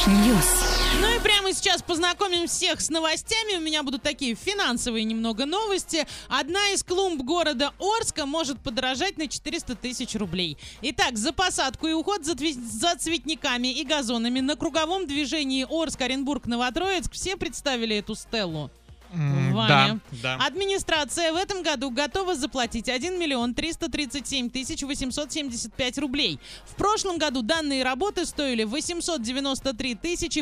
News. Ну и прямо сейчас познакомим всех с новостями. У меня будут такие финансовые немного новости. Одна из клумб города Орска может подорожать на 400 тысяч рублей. Итак, за посадку и уход за цветниками и газонами на круговом движении Орск-Оренбург-Новотроицк все представили эту стелу. Ваня. Да. Администрация в этом году готова заплатить 1 миллион 337 тысяч 875 рублей. В прошлом году данные работы стоили 893 тысячи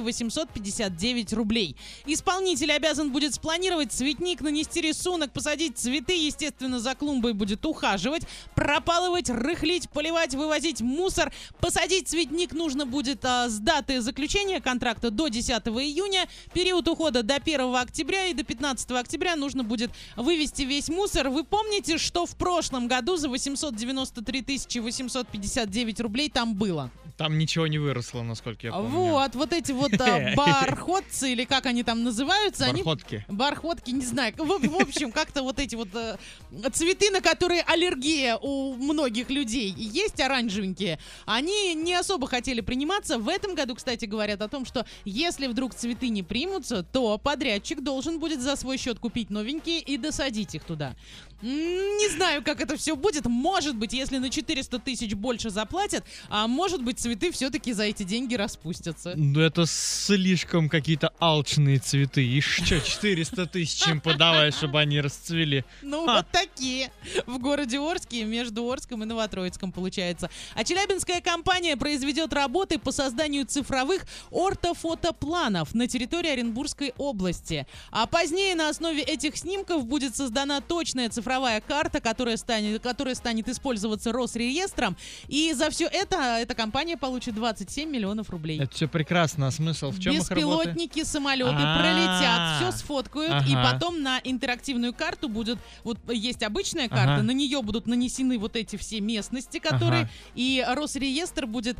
859 рублей. Исполнитель обязан будет спланировать цветник, нанести рисунок, посадить цветы, естественно, за клумбой будет ухаживать, пропалывать, рыхлить, поливать, вывозить мусор. Посадить цветник нужно будет с даты заключения контракта до 10 июня, период ухода до 1 октября и до 15 октября нужно будет вывести весь мусор. Вы помните, что в прошлом году за 893 тысячи 859 рублей там было? Там ничего не выросло, насколько я помню. Вот эти вот бархотцы, или как они там называются? Бархотки. Бархотки, не знаю. В общем, как-то вот эти вот цветы, на которые аллергия у многих людей есть, оранжевенькие, они не особо хотели приниматься. В этом году, кстати, говорят о том, что если вдруг цветы не примутся, то подрядчик должен будет за свой счет купить новенькие и досадить их туда. Не знаю, как это все будет. Может быть, если на 400 тысяч больше заплатят, а может быть, цветы все-таки за эти деньги распустятся. Ну, это слишком какие-то алчные цветы. И что, 400 тысяч им подавай, чтобы они расцвели? Ну, вот такие. В городе Орске, между Орском и Новотроицком, получается. А челябинская компания произведет работы по созданию цифровых ортофотопланов на территории Оренбургской области. А позднее на основе этих снимков будет создана точная цифровая карта, которая станет использоваться Росреестром. И за все это эта компания получит 27 миллионов рублей. Это все прекрасно. А смысл в чем их работы? Беспилотники, самолеты пролетят, все сфоткают, и потом на интерактивную карту будет, вот есть обычная карта, на нее будут нанесены вот эти все местности, которые, и Росреестр будет,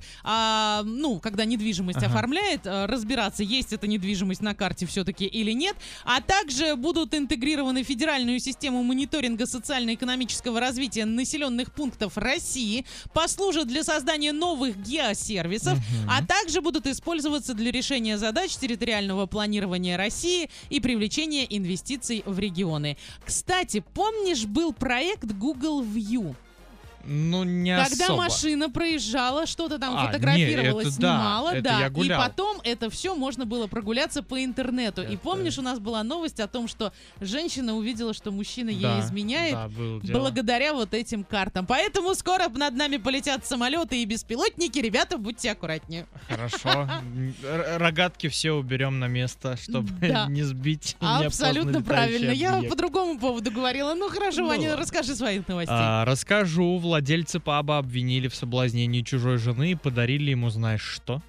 когда недвижимость оформляет, разбираться, есть эта недвижимость на карте все-таки или нет, а также будут интегрированы в федеральную систему мониторинга социально-экономического развития населенных пунктов России, послужат для создания новых геосервисов, а также будут использоваться для решения задач территориального планирования России и привлечения инвестиций в регионы. Кстати, помнишь, был проект Google View? Ну, не Когда особо. машина проезжала, что-то там фотографировала, снимала, это я и гулял. потом это все можно было прогуляться по интернету. И помнишь, у нас была новость о том, что женщина увидела, что мужчина ей изменяет благодаря вот этим картам. Поэтому скоро над нами полетят самолеты и беспилотники. Ребята, будьте аккуратнее. Хорошо. Рогатки все уберем на место, чтобы не сбить. Абсолютно правильно. Я по другому поводу говорила. Ну хорошо, Ваня, расскажи своих новостей. Расскажу. Владельцы паба обвинили в соблазнении чужой жены и подарили ему, знаешь что?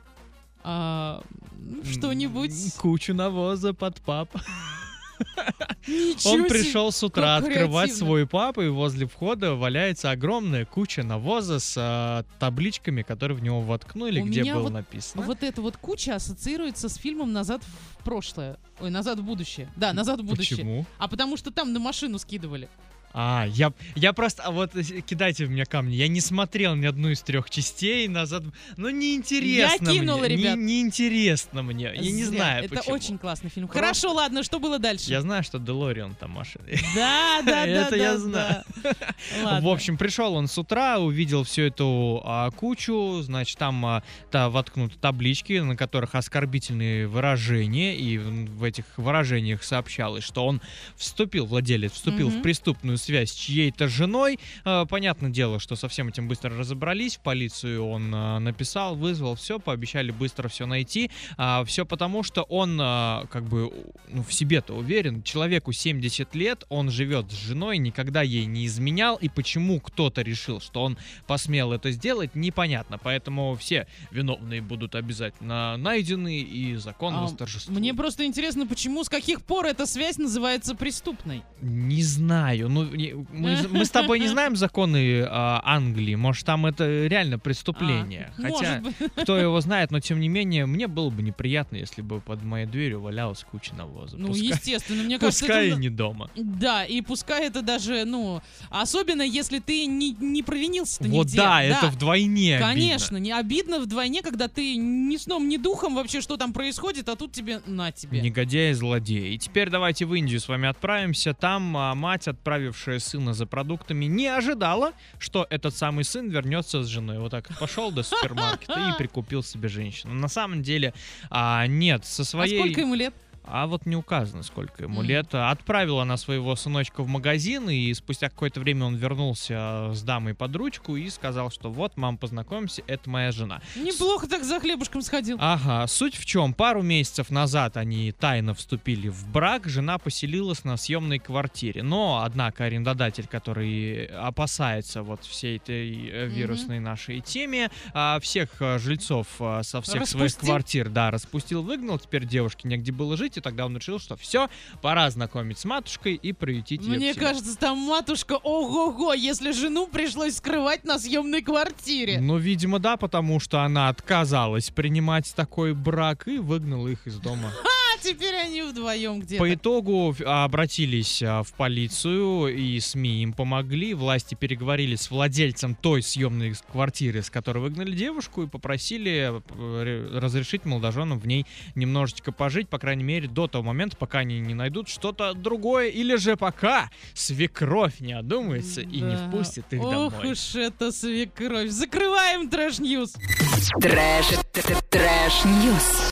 Что-нибудь? Кучу навоза под паб. Ничего Он себе, пришел с утра как открывать креативно. свой паб, и возле входа валяется огромная куча навоза с табличками, которые в него воткнули, У где меня было написано. Вот эта вот куча ассоциируется с фильмом «Назад в прошлое». Ой, «Назад в будущее». Да, «Назад в будущее». Почему? А потому что там на машину скидывали. Я просто, кидайте в меня камни. Я не смотрел ни одну из 3 частей назад. Ну, неинтересно Я кинула, мне. ребят. Неинтересно мне. Я не знаю, Это почему. очень классный фильм. Хорошо, ладно, что было дальше? Я знаю, что Делориан там машина. Да. Это я знаю. Ладно. В общем, пришел он с утра, увидел всю эту кучу, значит, там воткнуты таблички, на которых оскорбительные выражения, и в этих выражениях сообщалось, что он владелец вступил в преступную связь с чьей-то женой. Понятное дело, что со всем этим быстро разобрались, в полицию он написал, вызвал, все, пообещали быстро все найти. Все потому, что он в себе-то уверен, человеку 70 лет, он живет с женой, никогда ей не изменял, и почему кто-то решил, что он посмел это сделать, непонятно. Поэтому все виновные будут обязательно найдены, и закон восторжествует. Мне просто интересно, почему, с каких пор эта связь называется преступной? Не знаю, мы с тобой не знаем законы Англии. Может, там это реально преступление. Хотя, кто его знает, но тем не менее, мне было бы неприятно, если бы под моей дверью валялась куча навоза. Ну, естественно, мне кажется, пускай это... и не дома. Да, и пускай это даже, особенно если ты не провинился-то вот нигде. Да, это вдвойне конечно, обидно. не обидно вдвойне, когда ты ни сном, ни духом вообще, что там происходит, а тут тебе на тебе. Негодяй и злодей. И теперь давайте в Индию с вами отправимся. Там мать, отправившая сына за продуктами, не ожидала, что этот самый сын вернется с женой. Вот так пошел до супермаркета и прикупил себе женщину. На самом деле, нет, со своей... А сколько ему лет? А вот не указано, сколько ему лет. Отправила она своего сыночка в магазин, и спустя какое-то время он вернулся с дамой под ручку и сказал, что вот, мам, познакомимся, это моя жена. Неплохо так за хлебушком сходил. Ага, суть в чем? Пару месяцев назад они тайно вступили в брак, жена поселилась на съемной квартире. Но, однако, арендодатель, который опасается вот всей этой вирусной нашей теме, всех жильцов со всех своих квартир, распустил, выгнал, теперь девушке негде было жить, и тогда он решил, что все, пора знакомить с матушкой и приютить ее. Мне кажется, там матушка, ого-го, если жену пришлось скрывать на съемной квартире. Ну, видимо, да, потому что она отказалась принимать такой брак и выгнала их из дома. Теперь они вдвоем где-то. По итогу обратились в полицию, и СМИ им помогли. Власти переговорили с владельцем той съемной квартиры, с которой выгнали девушку, и попросили разрешить молодоженам в ней немножечко пожить, по крайней мере, до того момента, пока они не найдут что-то другое, или же пока свекровь не одумается и не впустит их домой. Ох уж это свекровь. Закрываем трэш-ньюс. Трэш-ньюс.